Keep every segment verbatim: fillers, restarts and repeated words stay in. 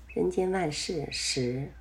人间万事十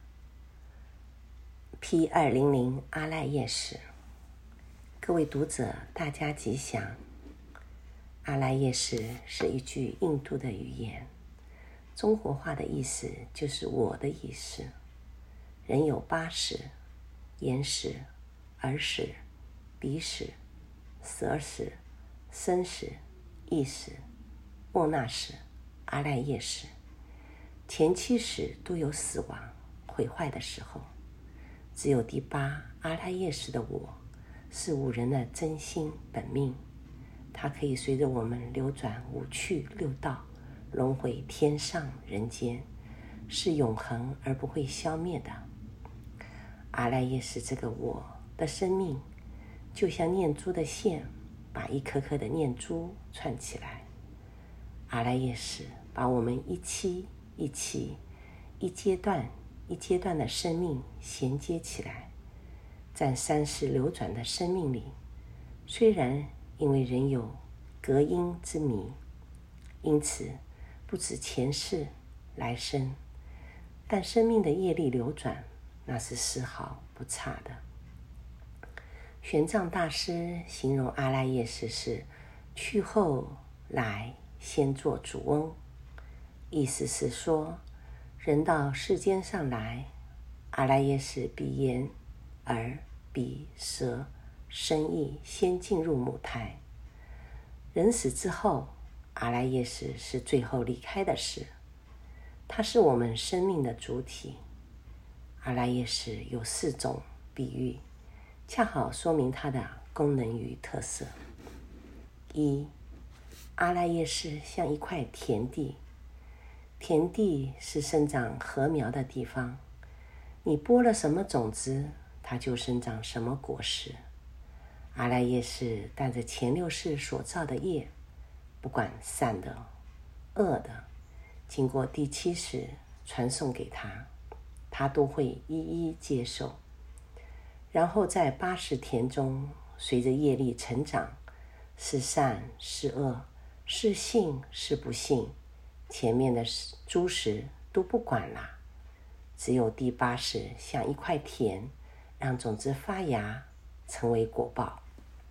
P 二零零阿赖耶识。各位读者，大家吉祥。阿赖耶识是一句印度的语言，中国话的意思就是我的意识。人有八识：眼识、耳识、鼻识、舌识、身识、意识、莫那识、阿赖耶识。前七识都有死亡毁坏的时候，只有第八阿赖耶识的我是五人的真心本命，它可以随着我们流转五趣六道，轮回天上人间，是永恒而不会消灭的。阿赖耶识这个我的生命就像念珠的线，把一颗颗的念珠串起来。阿赖耶识把我们一期一期一阶段一阶段的生命衔接起来，在三世流转的生命里，虽然因为人有隔因之谜，因此不止前世来生，但生命的业力流转那是丝毫不差的。玄奘大师形容阿赖耶识是去后来先做主翁，意思是说，人到世间上来，阿赖耶识比眼、耳、鼻、舌、身、意先进入母胎。人死之后，阿赖耶识是最后离开的事，它是我们生命的主体。阿赖耶识有四种比喻，恰好说明它的功能与特色。一、阿赖耶识像一块田地，田地是生长禾苗的地方，你播了什么种子，它就生长什么果实。阿赖耶识带着前六世所造的业，不管善的、恶的，经过第七世传送给他，他都会一一接受。然后在八识田中，随着业力成长，是善是恶，是信是不信，前面的诸识都不管啦，只有第八识像一块田，让种子发芽，成为果报。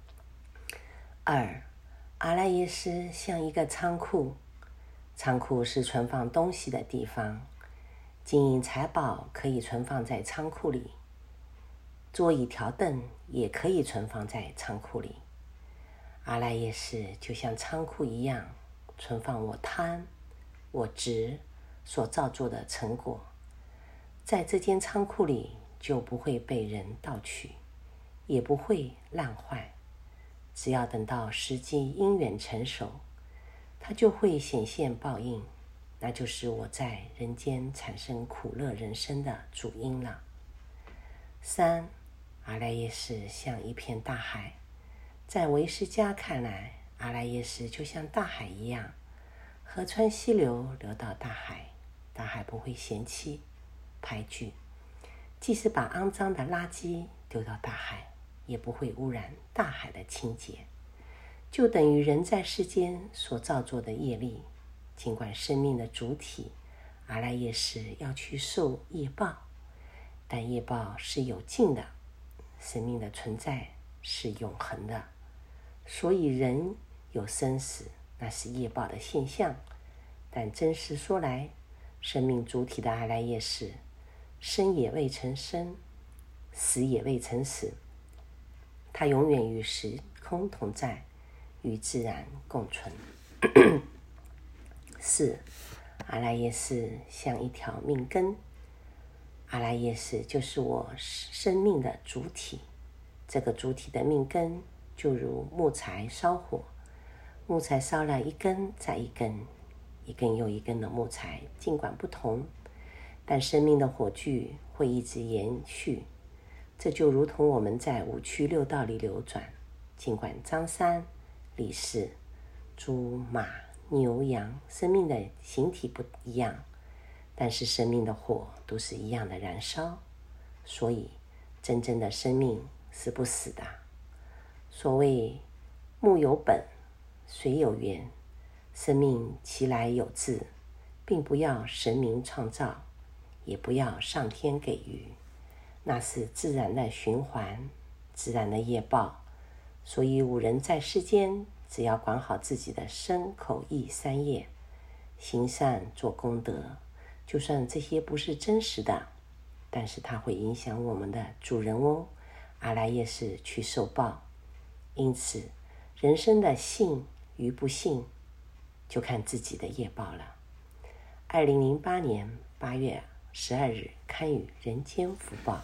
二、阿赖耶识像一个仓库，仓库是存放东西的地方，金银财宝可以存放在仓库里，桌椅条凳也可以存放在仓库里。阿赖耶识就像仓库一样，存放我贪、我执所造作的成果，在这间仓库里就不会被人盗取，也不会烂坏。只要等到时机因缘成熟，它就会显现报应，那就是我在人间产生苦乐人生的主因了。三、阿赖耶识像一片大海，在唯识家看来，阿赖耶识就像大海一样，河川溪流流到大海，大海不会嫌弃排拒，即使把肮脏的垃圾丢到大海，也不会污染大海的清洁。就等于人在世间所造作的业力，尽管生命的主体阿赖耶识要去受业报，但业报是有尽的，生命的存在是永恒的，所以人有生死，那是业报的现象。但真实说来，生命主体的阿赖耶识，生也未曾生，死也未曾死，它永远与时空同在，与自然共存。四、阿赖耶识像一条命根，阿赖耶识就是我生命的主体，这个主体的命根就如木材烧火，木材烧了一根再一根，一根又一根的木材，尽管不同，但生命的火炬会一直延续。这就如同我们在五趣六道里流转，尽管张三李四猪马牛羊生命的形体不一样，但是生命的火都是一样的燃烧，所以真正的生命是不死的。所谓木有本，水有源，生命其来有自，并不要神明创造， 也不要上天给予，那是自然的循环，自然的业报。所以五人在世间，只要管好自己的身口意三业，行善做功德，就算这些不是真实的，但是它会影响我们的主人翁阿赖耶识去受报。因此人生的幸与不幸，就看自己的业报了。二零零八年八月十二日刊于人间福报。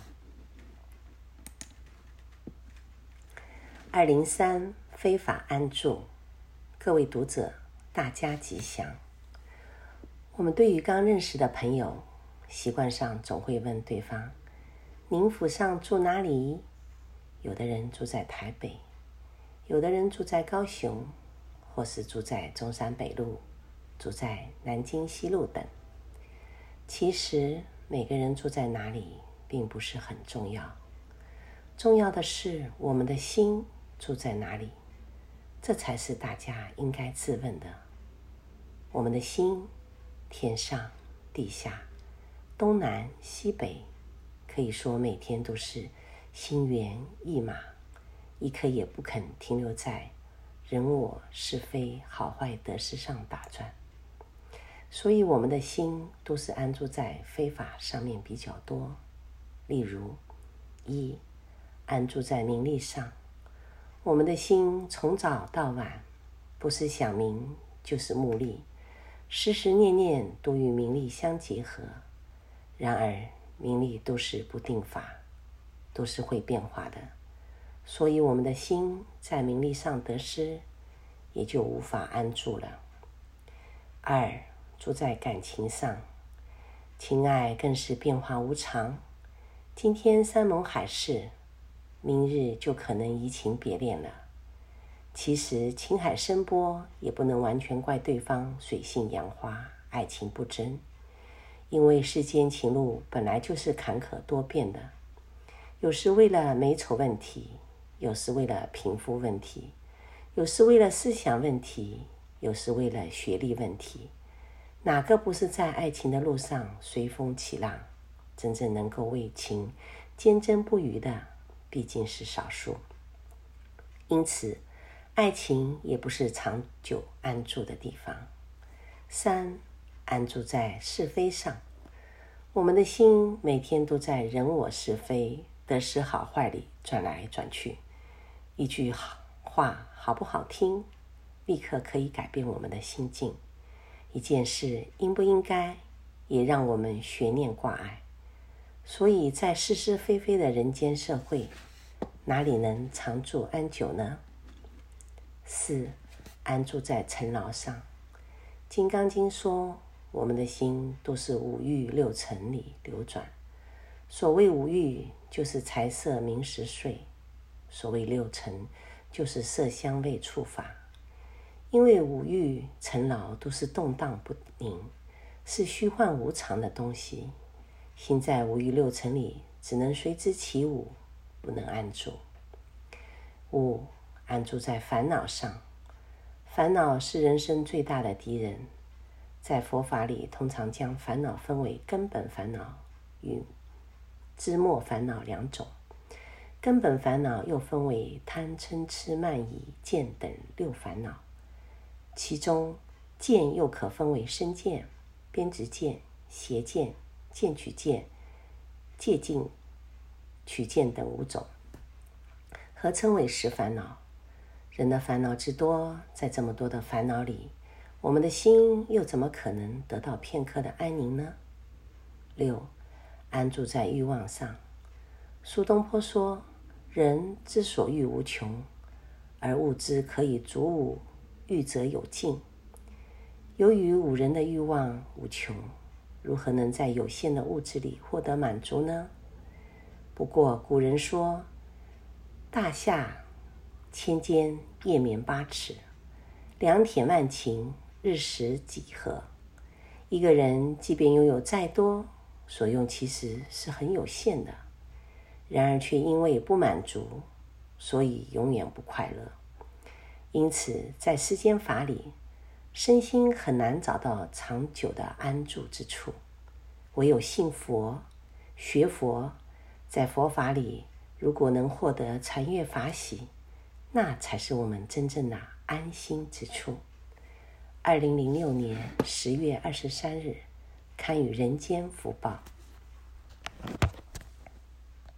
二零三非法安住，各位读者大家吉祥。我们对于刚认识的朋友，习惯上总会问对方，您府上住哪里？有的人住在台北，有的人住在高雄，或是住在中山北路，住在南京西路等。其实每个人住在哪里并不是很重要，重要的是我们的心住在哪里，这才是大家应该自问的。我们的心，天上地下东南西北，可以说每天都是心猿意马，一刻也不肯停留在人我是非好坏得失上打转。所以我们的心都是安住在非法上面比较多。例如一，安住在名利上，我们的心从早到晚不是想名就是目利，时时念念都与名利相结合。然而名利都是不定法，都是会变化的，所以我们的心在名利上得失，也就无法安住了。二，住在感情上，情爱更是变化无常，今天山盟海誓，明日就可能移情别恋了。其实情海深波，也不能完全怪对方水性杨花，爱情不真，因为世间情路本来就是坎坷多变的，有时为了美丑问题，有时为了贫富问题，有时为了思想问题，有时为了学历问题。哪个不是在爱情的路上随风起浪？真正能够为情坚贞不渝的，毕竟是少数。因此爱情也不是长久安住的地方。三，安住在是非上，我们的心每天都在人我是非得失好坏里转来转去，一句话好不好听，立刻可以改变我们的心境，一件事应不应该，也让我们悬念挂碍。所以在是是非非的人间社会，哪里能长住安久呢？四，安住在尘劳上，金刚经说，我们的心都是五欲六尘里流转。所谓五欲，就是财色名食睡；所谓六尘，就是色香味触法。因为五欲尘劳都是动荡不宁，是虚幻无常的东西，心在五欲六尘里，只能随之起舞，不能安住。五，安住在烦恼上，烦恼是人生最大的敌人。在佛法里，通常将烦恼分为根本烦恼与枝末烦恼两种。根本烦恼又分为贪嗔痴慢疑见等六烦恼，其中见又可分为身见、边执见、邪见、见取见、戒禁取见等五种，合称为十烦恼。人的烦恼之多，在这么多的烦恼里，我们的心又怎么可能得到片刻的安宁呢？六，安住在欲望上。苏东坡说，人之所欲无穷，而物之可以足吾欲则有尽。由于吾人的欲望无穷，如何能在有限的物质里获得满足呢？不过古人说，大夏千间，夜眠八尺，量铁万顷，日食几何。一个人即便拥有再多，所用其实是很有限的，然而却因为不满足，所以永远不快乐。因此在世间法里，身心很难找到长久的安住之处。 唯有信佛、学佛，在佛法里，如果能获得禅悦法喜，那才是我们真正的安心之处。二零零六年十月二十三日，刊于人间福报。